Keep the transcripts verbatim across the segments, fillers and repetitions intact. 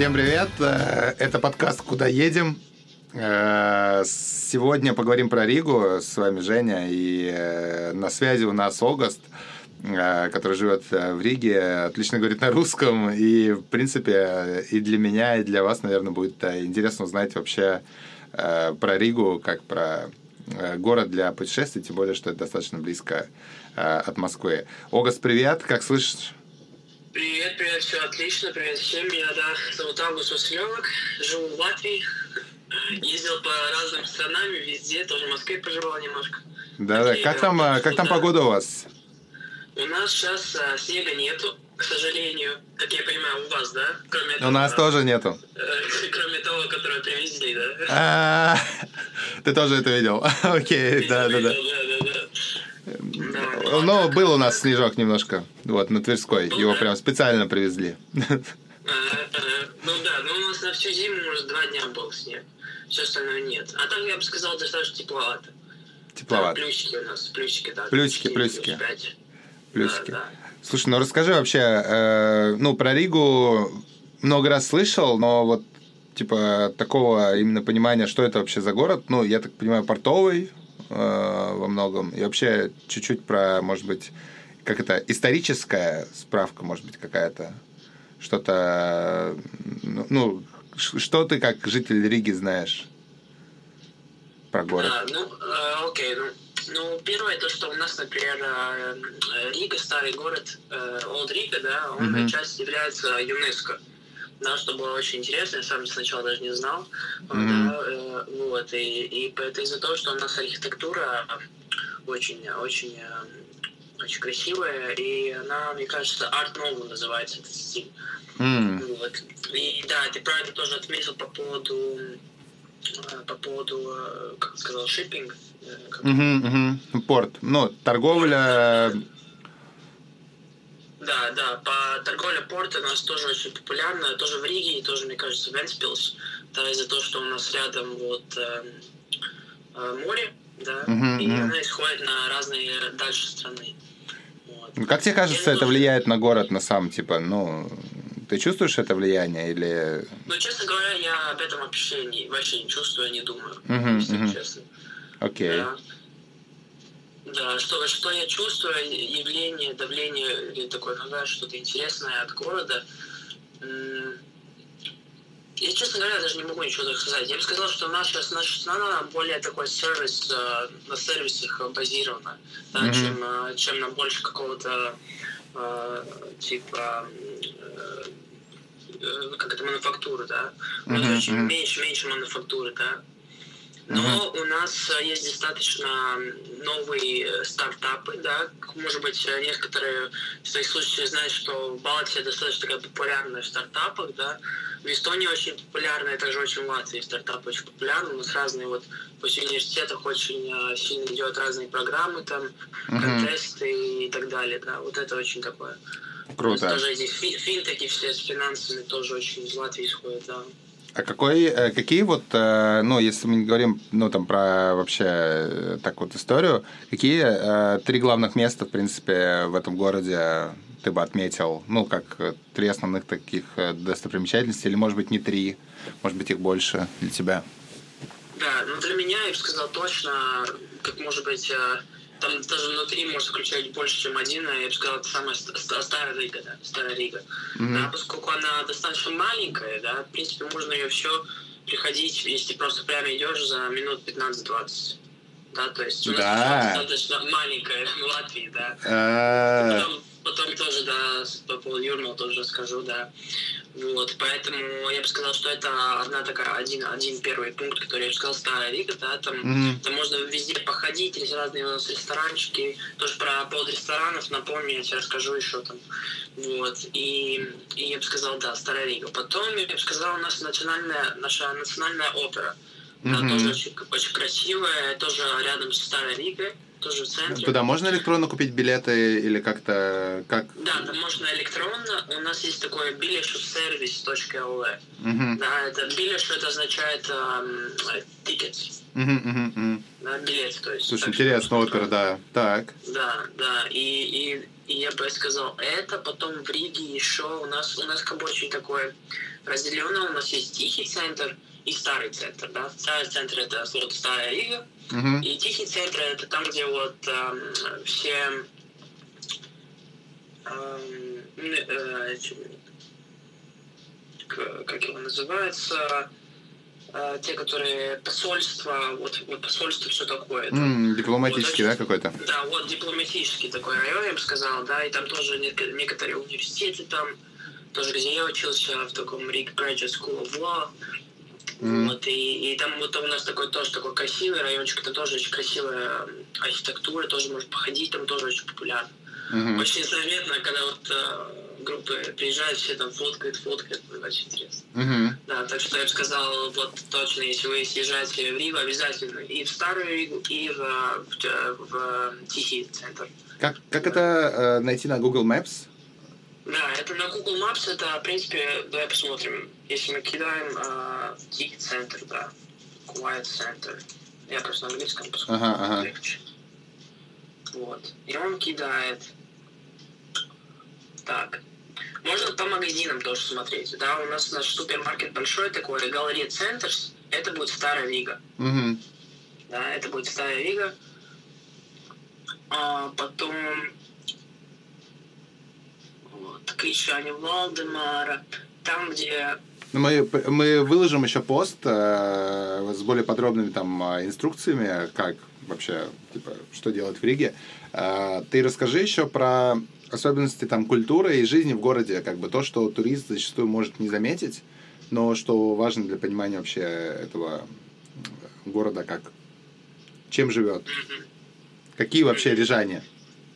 Всем привет! Это подкаст «Куда едем?». Сегодня поговорим про Ригу. С вами Женя. И на связи у нас Огост, который живет в Риге, отлично говорит на русском. И, в принципе, и для меня, и для вас, наверное, будет интересно узнать вообще про Ригу, как про город для путешествий, тем более, что это достаточно близко от Москвы. Огост, привет! Как слышишь? Привет, привет, все отлично, привет всем. Меня, да, зовут Август Василевок, живу в Латвии, ездил по разным странам, везде, тоже в Москве поживал немножко. Да, да. Как там, как там погода у вас? У нас сейчас а, снега нету, к сожалению, как я понимаю, у вас, да? Кроме у того, нас тоже нету. Кроме того, которое привезли, да? А, ты тоже это видел? Окей, да, да, да. Ну, был у нас снежок немножко, вот, на Тверской. Был, его да? прям специально привезли. А, а, ну да, но у нас на всю зиму, может, два дня был снег. Все остальное нет. А так, я бы сказал, достаточно тепловато. Тепловато. Да, плюсики у нас, плюсики, да. Плюсики, четыре, плюсики. пять. Плюсики. Да, да. Слушай, ну расскажи вообще, э, ну, про Ригу много раз слышал, но вот, типа, такого именно понимания, что это вообще за город, ну, я так понимаю, портовый, во многом. И вообще чуть-чуть про, может быть, как это, историческая справка, может быть, какая-то. Что-то, ну, что ты как житель Риги знаешь про город? А, ну, э, окей, ну, ну, первое, то, что у нас, например, Рига, старый город, Олд Рига, да, он mm-hmm. часть является ЮНЕСКО. Да, что было очень интересно, я сам сначала даже не знал. Mm-hmm. Да, э, вот, и, и это из-за того, что у нас архитектура очень, очень, очень красивая, и она, мне кажется, арт-нову называется этот стиль. Mm-hmm. Вот. И да, ты правильно тоже отметил по поводу, по поводу, как сказал, шиппинг. Mm-hmm, mm-hmm. Порт. Ну, торговля... Да, да, по торговле порта у нас тоже очень популярна, тоже в Риге, и тоже, мне кажется, в Вентспилс, да, из-за того, что у нас рядом вот э, э, море, да, uh-huh, и uh-huh. она исходит на разные дальше страны. Вот. Ну, как тебе кажется, я это тоже... влияет на город, на сам, типа, ну, ты чувствуешь это влияние или... Ну, честно говоря, я об этом вообще не, вообще не чувствую, не думаю, uh-huh, если uh-huh. честно. Окей. Okay. Да. Да, что, что я чувствую, явление, давление или такое, ну да, что-то интересное от города. Я, честно говоря, даже не могу ничего так сказать. Я бы сказал, что наша, наша страна более такой сервис, на сервисах базирована, да, mm-hmm. чем, чем на больше какого-то типа как это, мануфактуры, да. У нас mm-hmm. очень меньше, меньше мануфактуры, да. Но uh-huh. у нас есть достаточно новые стартапы, да, может быть, некоторые в своих случаях знают, что в Балтии достаточно такая популярная в стартапах, да, в Эстонии очень популярная, также очень в Латвии стартапы очень популярны, у нас разные вот, пусть в университетах очень сильно идет разные программы, там, uh-huh. контесты и так далее, да, вот это очень такое. Круто. Тоже эти фи- финтеки все с финансами тоже очень из Латвии исходят, да. А какой, какие вот, ну, если мы не говорим, ну, там, про вообще так вот историю, какие э, три главных места, в принципе, в этом городе ты бы отметил, ну, как три основных таких достопримечательностей, или, может быть, не три, может быть, их больше для тебя? Да, ну, для меня, я бы сказал точно, как, может быть, там даже внутри можно включать больше, чем один, я бы сказал, это самая старая Рига, да, старая Рига. Mm-hmm. Да, поскольку она достаточно маленькая, да, в принципе, можно ее все приходить, если просто прямо идешь за минут пятнадцать-двадцать. Да, то есть у нас да. достаточно маленькая в Латвии, да. Uh... Потом, потом тоже, да, по поводу Юрмала тоже расскажу, да. Вот, поэтому я бы сказал, что это одна такая, один, один первый пункт, который я бы сказал, старая Рига, да, там, mm-hmm. там можно везде походить, есть разные у нас ресторанчики, тоже про поводу ресторанов, напомню, я тебе расскажу еще там, вот, и, и я бы сказал, да, старая Рига. Потом, я бы сказал, у нас национальная, наша национальная опера, mm-hmm. да, тоже очень, очень красивая, тоже рядом с старой Ригой, тоже в центре. Туда можно электронно купить билеты или как-то... Как... Да, там можно электронно. У нас есть такое билешусервис точка эл ви. Uh-huh. Да, это билешу, это означает тикет. Uh-huh, uh-huh, uh-huh. Да, билет, то есть. Слушай, интересно, опера, да. Так. Да, да. И, и, и я бы сказал, это. Потом в Риге еще у нас, у нас как бы очень такое разделено. У нас есть тихий центр и старый центр. Да? Старый центр — это вот старая Рига. Uh-huh. И тихий центр — это там, где вот эм, все... Эм, э, как его называется... те, которые посольства, вот, вот посольство, все такое. Mm, дипломатический, вот, да, какой-то? Да, вот дипломатический такой район, я бы сказал, да, и там тоже некоторые университеты там, тоже где я учился, в таком Rig Graduate School of Law, mm. вот, и, и там вот у нас такой тоже такой красивый райончик, это тоже очень красивая архитектура, тоже можно походить, там тоже очень популярно. Mm-hmm. Очень заметно, когда вот группы приезжают, все там фоткают, фоткают, очень интересно. Uh-huh. Да, так что я бы сказал, вот точно, если вы съезжаете в Ригу, обязательно и в Старую Ригу, и в, в, в Тихий центр. Как, как это э, найти на Google Maps? Да, это на Google Maps, это, в принципе, давай посмотрим, если мы кидаем э, в Тихий центр, да, Quiet Center, я просто на английском посмотрю, ага, ага. легче. Вот, и он кидает, так. Можно по магазинам тоже смотреть. Да, у нас наш супермаркет большой такой, Галерея Центрс, это будет Старая Рига. Mm-hmm. Да, это будет Старая Рига. А потом вот, Крещане Валдемара, там, где... Мы, мы выложим еще пост э, с более подробными там инструкциями, как вообще, типа, что делать в Риге. Э, ты расскажи еще про особенности там культуры и жизни в городе, как бы то, что турист зачастую может не заметить, но что важно для понимания вообще этого города, как чем живет, какие вообще рижане.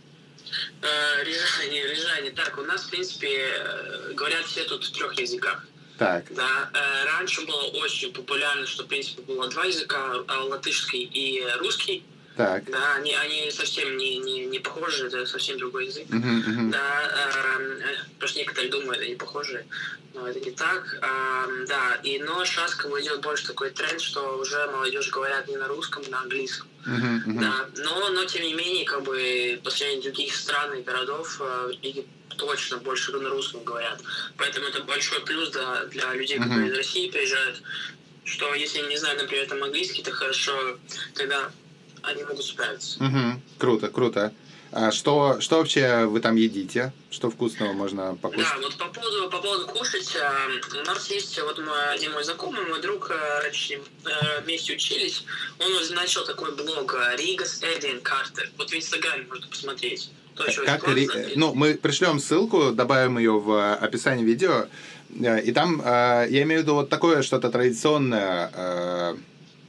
Рижане, рижане. Так, у нас, в принципе, говорят все тут в трех языках. Так. Да, раньше было очень популярно, что, в принципе, было два языка, латышский и русский. Так. Да, они, они совсем не, не, не похожи, это совсем другой язык. Uh-huh, uh-huh. Да, э, просто некоторые думают, они похожи, но это не так. Э, да, и, но сейчас как бы идет больше такой тренд, что уже молодежь говорят не на русском, а на английском. Uh-huh, uh-huh. Да, но, но тем не менее, как бы по сравнению с других стран и городов, в Риге точно больше на русском говорят. Поэтому это большой плюс для, для людей, которые uh-huh. из России приезжают, что если не знают, например, там английский, то хорошо, тогда они могут справиться. Угу. Круто, круто. А что, что вообще вы там едите? Что вкусного можно покушать? Да, вот по поводу, по поводу кушать, у нас есть вот мой, один мой знакомый, мой друг, раньше вместе учились, он уже начал такой блог Riga's Eating Carte. Вот в Инстаграме можно посмотреть. Как ри... Ну, мы пришлем ссылку, добавим ее в описание видео, и там, я имею в виду вот такое что-то традиционное,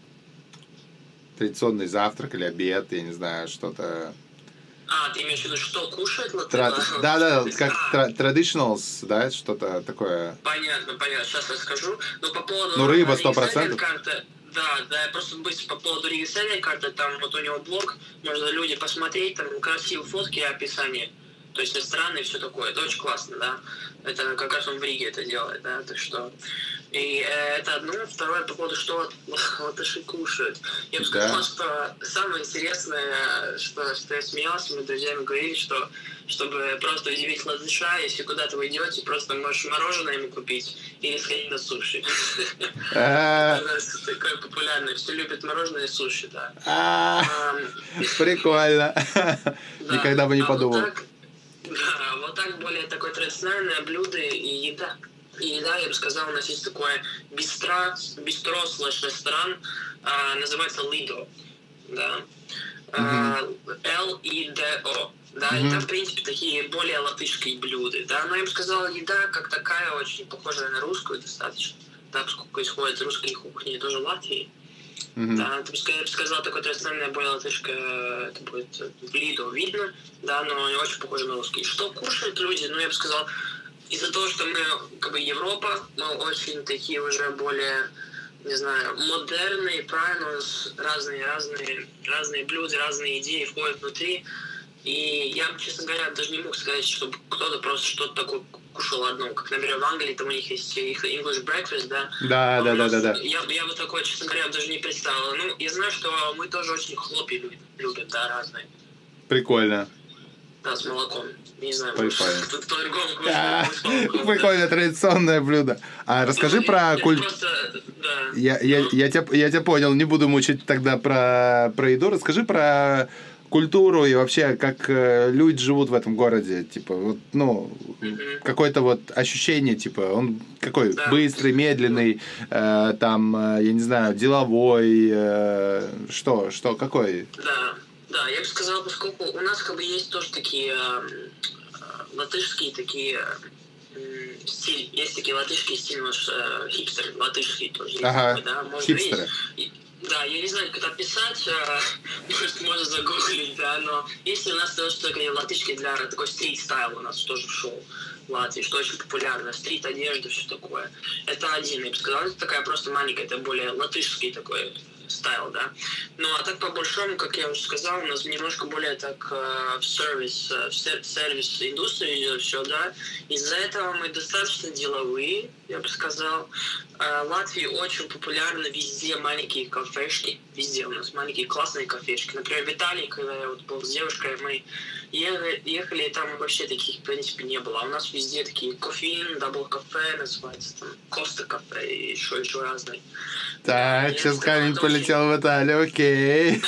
традиционный завтрак или обед, я не знаю, что-то... А, ты имеешь в виду, что кушать? Тра... Да, да, как а. traditionals, да, что-то такое. Понятно, понятно, сейчас расскажу. Но по поводу... Ну, рыба сто процентов. Да, да, я просто быстро по поводу Riga's Eating Carte, там вот у него блог, можно люди посмотреть, там красивые фотки и описание. То есть рестораны и все такое, это очень классно, да. Это как раз он в Риге это делает, да, так что... И э, это одно. Второе, по поводу, что латыши кушают. Я бы сказал, да. что самое интересное, что, что я смеялся, мы с друзьями говорили, что чтобы просто удивить латыша, если куда-то вы идете, просто можешь мороженое ему купить или сходить на суши. Это такое популярное. Все любят мороженое и суши, да. Прикольно. Никогда бы не подумал. Да, вот так более такое традиционное блюдо и еда. И да, я бы сказал, у нас есть такое бистро, бистро слэш ресторан, а, называется Lido, да, Л И Д О, да, mm-hmm. и там, в принципе, такие более латышские блюда, да, но я бы сказал, еда как такая очень похожая на русскую достаточно, да, поскольку исходит из русской кухни тоже Латвии, mm-hmm. да, то есть, я бы сказал, такое традиционное более латышское, это будет в Lido видно, да, но не очень похоже на русский. Что кушают люди, ну, я бы сказал, из-за того, что мы, как бы, Европа, мы очень такие уже более, не знаю, модерные, правильно, у нас разные, разные, разные блюда, разные идеи входят внутри. И я, честно говоря, даже не мог сказать, чтобы кто-то просто что-то такое кушал одно. Как, например, в Англии там у них есть их English breakfast, да? Да, а да, да, да, да. Я, я бы такое, честно говоря, даже не представил. Ну, я знаю, что мы тоже очень хлопья любим, любим, да, разные. Прикольно. Да, с молоком. Не знаю, Прикольно. может, кто по-другому. Прикольно, традиционное блюдо. А расскажи про культуру. Я, я, я, тебя, я тебя понял, не буду мучить тогда про, про еду. Расскажи про культуру и вообще, как люди живут в этом городе. Типа, вот, ну, mm-hmm. какое-то вот ощущение, типа, он какой? Да. Быстрый, медленный, э, там, э, я не знаю, деловой, э, что, что, какой? Да, да, я бы сказал, поскольку у нас как бы есть тоже такие э, латышские такие э, стиль, есть такие латышские стиль, наш э, хипстер, латышский тоже есть. Ага, такой, да, можно хипстеры. И, да, я не знаю, как это писать, э, может, можно загуглить, да, но если у нас тоже такой латышский для такой стрит-стайл у нас тоже шоу в Латвии, что очень популярно, стрит-одежда, все такое. Это один, я бы сказал, это такая просто маленькая, это более латышский такой стайл, да. Ну, а так по-большому, как я уже сказал, у нас немножко более так в сервис, в сервис индустрии идет все, да. Из-за этого мы достаточно деловые, я бы сказал. В Латвии очень популярны везде маленькие кафешки, везде у нас маленькие классные кафешки. Например, в Италии, когда я вот был с девушкой, мы ехали, ехали, и там вообще таких, в принципе, не было. А у нас везде такие кофеин, дабл кафе называется, там, Коста кафе и еще, еще разные. Так, я сейчас камень полетел в Италию, окей.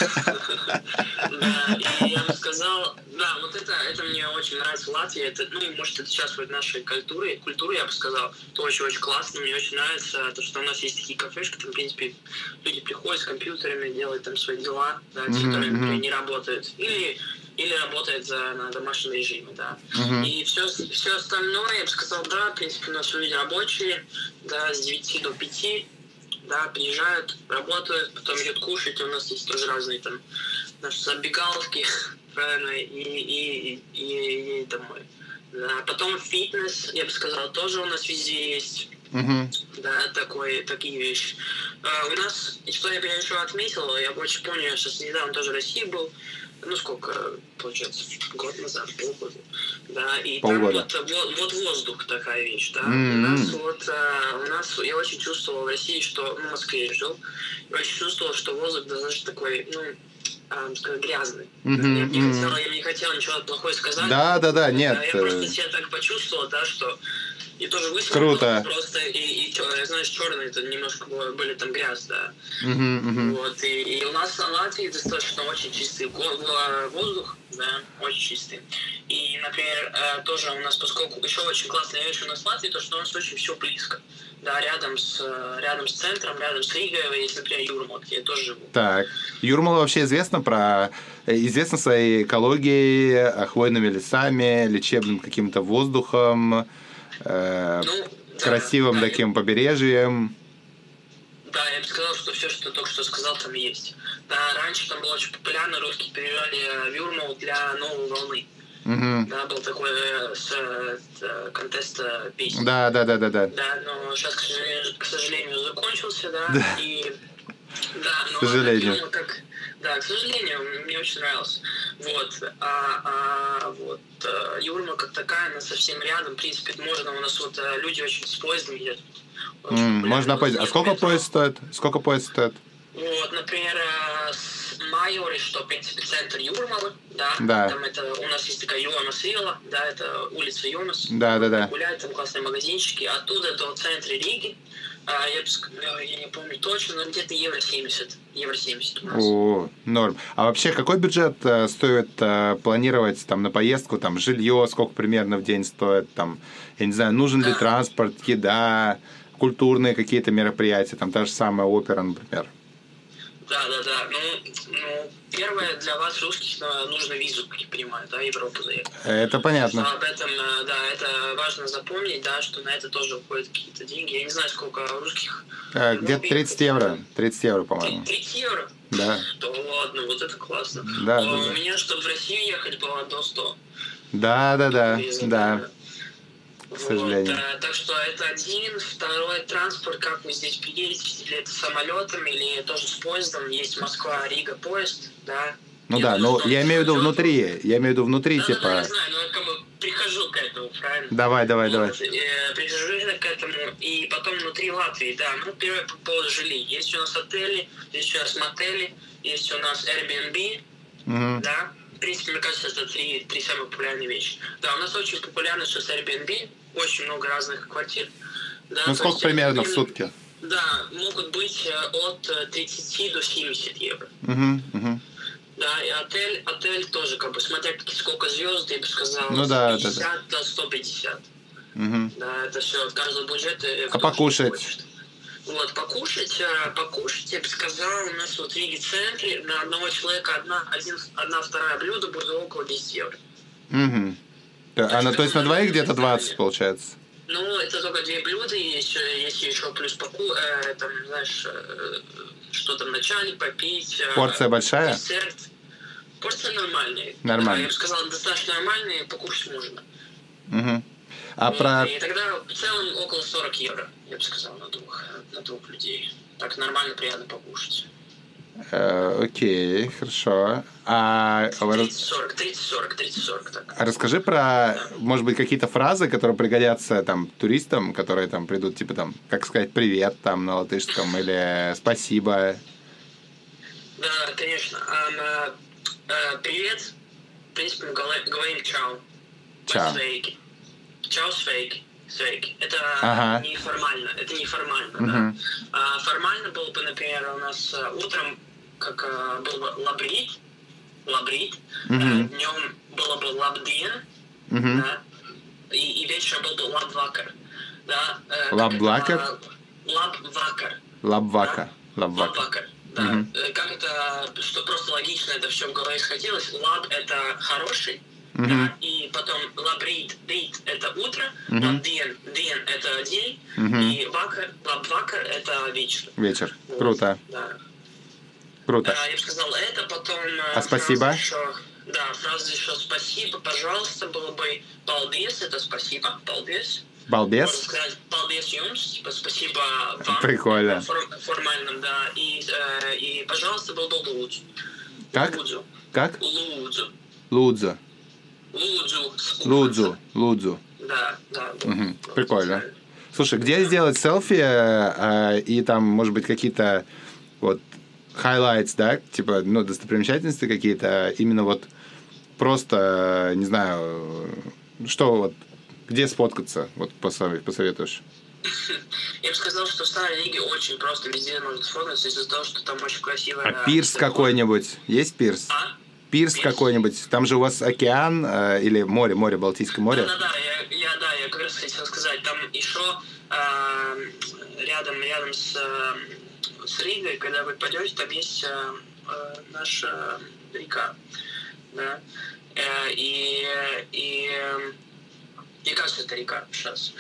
Да, и я бы сказал, да, вот это, это мне очень нравится в Латвии. Это, ну, может, это сейчас вот нашей культуры, культуры, я бы сказал, это очень-очень классно. Мне очень нравится то, что у нас есть такие кафешки, там, в принципе, люди приходят с компьютерами, делают там свои дела, да, те, которые, например, не работают. Или или работает за, на домашнем режиме, да. Uh-huh. И все, все остальное, я бы сказал, да, в принципе, у нас люди рабочие, да, с девяти до пяти, да, приезжают, работают, потом идут кушать, у нас есть тоже разные там наши забегаловки, правильно, и, и, и, и, и домой. Да. Потом фитнес, я бы сказал, тоже у нас везде есть. Uh-huh. Да, такой, такие вещи. А, у нас, что я бы еще отметил, я очень помню, я сейчас недавно тоже в России был, ну сколько, получается, год назад, полгода, да, и полгода. Там вот, вот воздух такая вещь, да, mm-hmm. у нас вот, у нас, я очень чувствовал в России, что, ну, в Москве я жил, я очень чувствовал, что воздух достаточно такой, ну, сказать, грязный. Mm-hmm. Я, не хотел, я не хотел ничего плохого сказать. Да, да, да, нет. Да, я просто себя так почувствовал, да, что и тоже высохло. Круто. Просто и, и, и знаешь, черные это немножко были там грязь, да. Uh-huh, uh-huh. Вот, и, и у нас в Латвии достаточно очень чистый воздух, да, очень чистый. И, например, тоже у нас, поскольку еще очень классная вещь у нас в Латвии, то, что у нас очень все близко. Да, рядом с, рядом с центром, рядом с Ригой, есть, например, Юрмала, где я тоже живу. Так, Юрмала вообще известна про... известна своей экологией, хвойными лесами, лечебным каким-то воздухом, э, ну, красивым да, таким да, побережьем. Да, я бы сказал, что все, что ты только что сказал, там есть. Да, раньше там было очень популярно, русские переезжали в Юрмалу для новой волны. Uh-huh. Да, был такой э, с, э, контест э, песни. Да, да, да, да, да. Да, но сейчас, к сожалению, к сожалению закончился, да. Да. И да, но к сожалению. Юрмала как, да, к сожалению, мне очень нравился. Вот, а, а вот э, Юрмала как такая, она совсем рядом, в принципе, можно у нас вот э, люди очень с поездом едут. Mm, можно поезд. А сколько поезд стоит? Сколько поезд стоит? Вот, например, с Майори, что, в принципе, центр Юрмалы, да, да. Там это, у нас есть такая Йонас Вилла, да, это улица Йонас, да, да, да. Гуляют, там классные магазинчики, оттуда до центра Риги, а, я, я не помню точно, но где-то евро семьдесят, евро семьдесят у нас. О, норм. А вообще, какой бюджет э, стоит э, планировать там на поездку, там, жилье, сколько примерно в день стоит, там, я не знаю, нужен ли транспорт, еда, культурные какие-то мероприятия, там, та же самая опера, например. Да, да, да. Ну, ну, первое, для вас, русских, нужно визу, как я понимаю, да, Европу заехать. Это понятно. Что об этом, да, это важно запомнить, да, что на это тоже уходят какие-то деньги. Я не знаю, сколько русских... А, где-то тридцать евро. тридцать евро, по-моему. тридцать евро? Да. Да ладно, вот это классно. Да, а да, у да. меня, чтобы в Россию ехать, было до сто. Да, да, да, Виза, да. да. К сожалению. Вот, а, так что это один. Второй транспорт, как вы здесь приедете, или это самолетом, или тоже с поездом. Есть Москва-Рига поезд, да. Ну я да, думаю, но я имею в виду внутри. Я имею в виду внутри, да, типа. Да, да, я знаю, но я как бы прихожу к этому, правильно? Давай, давай, вот, давай. Э, прихожу к этому, и потом внутри Латвии, да. Ну, первое по поводу жилья. Есть у нас отели, есть у нас мотели, есть у нас Airbnb, Угу. да. принципе, мне кажется, это три, три самые популярные вещи. Да, у нас очень популярно сейчас Airbnb, очень много разных квартир. Да, ну, сколько есть, примерно Airbnb, в сутки? Да, могут быть от тридцати до семидесяти евро. Угу, угу. Да, и отель, отель тоже, как бы, смотря сколько звезд, я бы сказал, ну, да, пятьдесят да, да. до сто пятьдесят. Угу. Да, это все от каждого бюджета. А покушать? Вот, покушать, покушать, я бы сказал, у нас вот в Риге центре на одного человека одна, один, одна вторая блюдо будет около десять евро. Угу. То, а, на, то есть на двоих где-то двадцать получается? Ну, это только две блюда, есть, если еще плюс поку, э, там, знаешь, э, что там вначале попить. Э, Порция большая? Десерт. Порция нормальная. Нормально. Да, я бы сказал, достаточно нормальная, покушать можно. Угу. А вот, про... И тогда в целом около сорок евро, я бы сказал, на двух, на двух людей. Так нормально, приятно покушать. Э, окей, хорошо. А... тридцать сорок, тридцать сорок, тридцать сорок, так. А расскажи про, да. может быть, какие-то фразы, которые пригодятся там туристам, которые там придут, типа там, как сказать привет там на латышском или спасибо. Да, конечно. А, а, привет. В принципе, мы говорим чао. Чао. Свейки. Чао, свейки. Свейки. Это ага. неформально. Это неформально, угу. да. А, формально было бы, например, у нас утром, как был бы лабрит, лабрит, угу. а, днем было бы лабдин, угу. да, и, и вечером был бы лабвакар. Да, лабвакар? Лабвакар. Лабвака. Да? Лабвакар. Да. Угу. Как это, что просто логично это все в голове сходилось. Лаб это хороший, угу. да, и потом лабрит, брит это утро, угу. лабден, ден это день, угу. и вакар, лабвакар это вечер. Вечер. Вот. Круто. Да. Круто. А, я бы сказал это, потом... А спасибо? Еще, да, фраза еще спасибо, пожалуйста, было бы балбес, это спасибо, балбес. Балбес? Можно сказать балбес юмс, типа спасибо вам. Прикольно. Форм, формальном, да. И, э, и пожалуйста, был бы лудзу. Как? Лудзу. Как? Лудзу. Лудзу. Лудзу. Лудзу. Лудзу. Да, да. Угу. Прикольно. Слушай, где сделать селфи э, и там, может быть, какие-то вот highlights, да, типа, ну, достопримечательности какие-то, именно вот просто, не знаю, что вот, где сфоткаться, вот посоветуешь? Я бы сказал, что в Старой Риге очень просто везде можно сфоткаться из-за того, что там очень красиво. А пирс какой-нибудь? Есть пирс? А? Пирс, пирс какой-нибудь? Там же у вас океан э, или море, море, Балтийское море? Да-да-да, я, я, да, я как раз хотел сказать, там еще э, рядом, рядом с, э, с Ригой, когда вы пойдете, там есть э, э, наша река, да, э, и, и э, мне кажется, это река сейчас.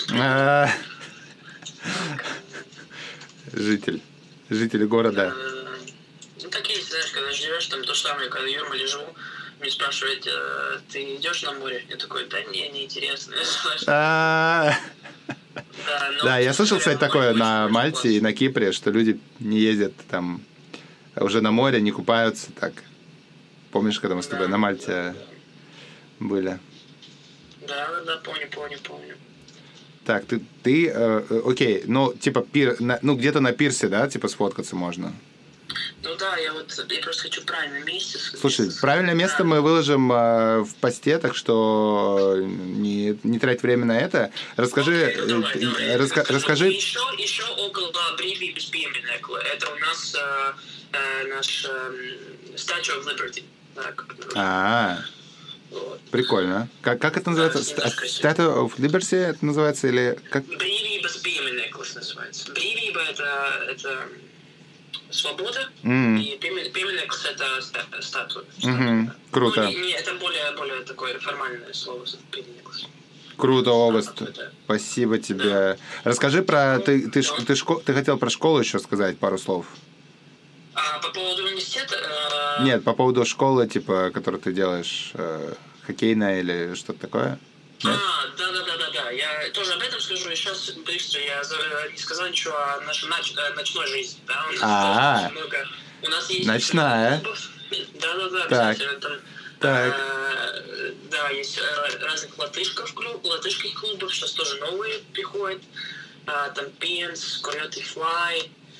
Житель, житель города. Ну, так есть, знаешь, когда живешь, там то же самое, когда в Юрмале живу, мне спрашивают, ты идешь на море? Я такой, да не, неинтересно. Да, я слышал, кстати, такое на Мальте и на Кипре, что люди не ездят там уже на море, не купаются так. Помнишь, когда мы с тобой на Мальте были? Да, да, помню, помню, помню. Так, ты, ты э, окей, ну, типа, пир, на, ну, где-то на пирсе, да, типа, сфоткаться можно? Ну да, я вот, я просто хочу правильное место. Слушай, правильное место да. мы выложим э, в посте, так что не, не трать время на это. Расскажи, okay, давай, э, давай. Раска, расскажи... Еще, еще около Бриви Беспименекла, это у нас э, э, наш э, Statue of Liberty. Так, а, вот. Прикольно. Как, как это называется? Да, Statue of Liberty это называется? Или как? Бриви Беспименеклас называется. Бриви это, это свобода, mm. и Пименекс это статуя. Mm-hmm. Круто. Ну, не, не, это более, более такое формальное слово. Пименекс. Круто, Огост. Спасибо тебе. Да. Расскажи про... Ну, ты, ты, да. ты, шко... ты хотел про школу еще сказать пару слов? А, по поводу университета? Э... Нет, по поводу школы, типа, которую ты делаешь, э, хоккейная или что-то такое? Нет? А, да-да-да-да-да. Я тоже об этом скажу. И сейчас быстро я не сказал ничего о нашей ноч... ночной жизни. Да? У нас А-а-а. много... У нас есть... Ночная? Да-да-да, так. обязательно. Там, так. А, да, есть разных латышских, клуб, латышских клубов, сейчас тоже новые приходят. А, там Пинс, Coyote Fly.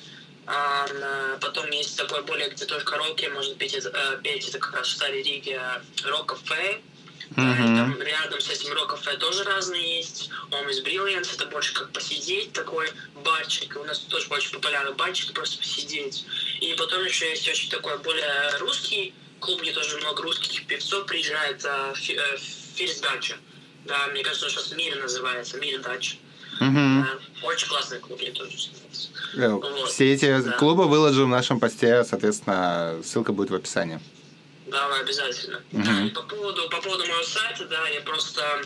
А, потом есть такое более, где тоже караоке можно петь, петь это как раз в Старой Риге рок-кафе. Mm-hmm. Да, и там рядом с этим рок-кафе тоже разные есть. Always Brilliant, это больше как посидеть, такой барчик. У нас тоже очень популярный барчик, просто посидеть. И потом еще есть очень такой более русский клуб, где тоже много русских певцов приезжает, Фирс Дача. Да, мне кажется, он сейчас Мир называется, Мир Дача. Mm-hmm. Да, очень классный клуб, мне тоже нравится. Yeah. Вот. Все эти да. клубы выложим в нашем посте, соответственно, ссылка будет в описании. Давай, обязательно. Mm-hmm. Да, и по поводу, по поводу моего сайта, да, я просто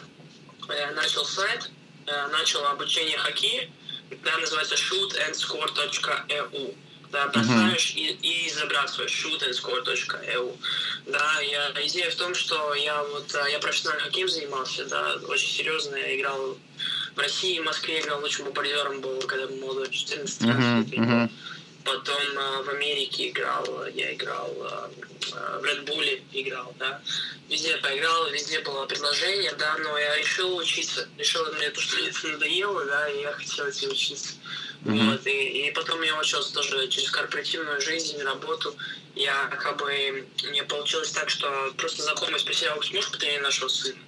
э, начал сайт, э, начал обучение хоккею, да, называется shoot and score точка и ю. Да, бросаешь mm-hmm. и, и забрасываешь shoot and score точка и ю. Да, я, идея в том, что я вот я профессионально хоккеем занимался, да, очень серьезно, я играл в России, в Москве играл, лучшим бомбардиром был, когда был молодой, четырнадцать-тринадцать лет. Mm-hmm. Потом э, в Америке играл, я играл, э, в Red Bull играл, да. Везде поиграл, везде было предложение, да, но я решил учиться. Решил, мне то, что мне это надоело, да, и я хотел идти учиться. Mm-hmm. Вот, и, и потом я учился тоже через корпоративную жизнь, работу. Я как бы, мне получилось так, что просто знакомый спросил, сможешь потренировать нашего сына?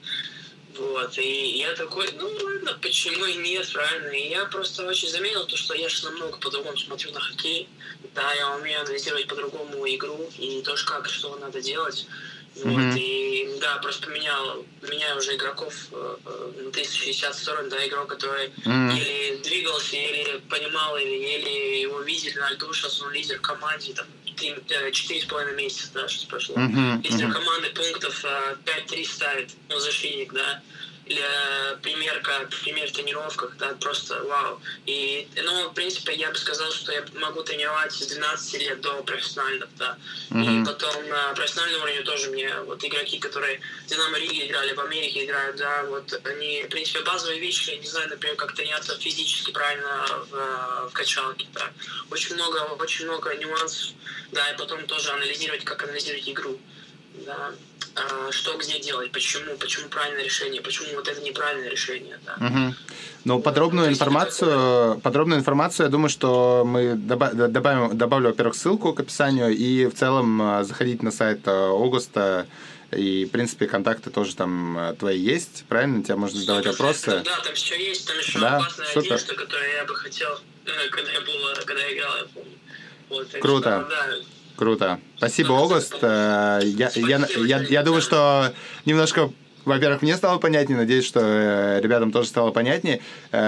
Вот, и я такой, ну ладно, почему и нет, правильно? И я просто очень заметил то, что я же намного по-другому смотрю на хоккей. Да, я умею анализировать по-другому игру и тоже как, что надо делать. Вот, mm-hmm. и да, просто поменял, меняю уже игроков на триста шестьдесят сторон, да, игрок, который mm-hmm. или двигался, или понимал, или, или его видели на льду, сейчас он лидер в команде, там, четыре с половиной месяца, да, сейчас прошло. Mm-hmm. Лидер mm-hmm. команды пунктов пять-три ставит, ну, защитник, да. Или примерка, пример в тренировках, да, просто вау. И, ну, в принципе, я бы сказал, что я могу тренировать с двенадцати лет до профессиональных, да. Mm-hmm. И потом на профессиональном уровне тоже мне, вот, игроки, которые в Динамо Риге играли, в Америке играют, да, вот, они, в принципе, базовые вещи, я не знаю, например, как тренироваться физически правильно в, в качалке, да. Очень много, очень много нюансов, да, и потом тоже анализировать, как анализировать игру, да. Что где делать, почему, почему правильное решение, почему вот это неправильное решение. Да. Угу. Ну, подробную ну, информацию, подробную информацию, я думаю, что мы добавим, добавлю, во-первых, ссылку к описанию, и в целом заходить на сайт Огуста, и, в принципе, контакты тоже там твои есть, правильно? Тебе можно задавать вопросы. Да, там все есть, там еще да? классная Супер. одежда, которую я бы хотел, когда я, был, когда я играл, я помню. Вот, Круто. Что, да. Круто. Спасибо, Огуст. Я, я, я, я, я думаю, что немножко, во-первых, мне стало понятнее, надеюсь, что ребятам тоже стало понятнее.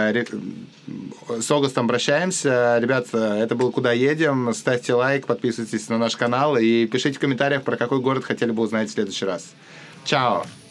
С Огустом прощаемся. Ребят, это был «Куда едем?». Ставьте лайк, подписывайтесь на наш канал и пишите в комментариях, про какой город хотели бы узнать в следующий раз. Чао!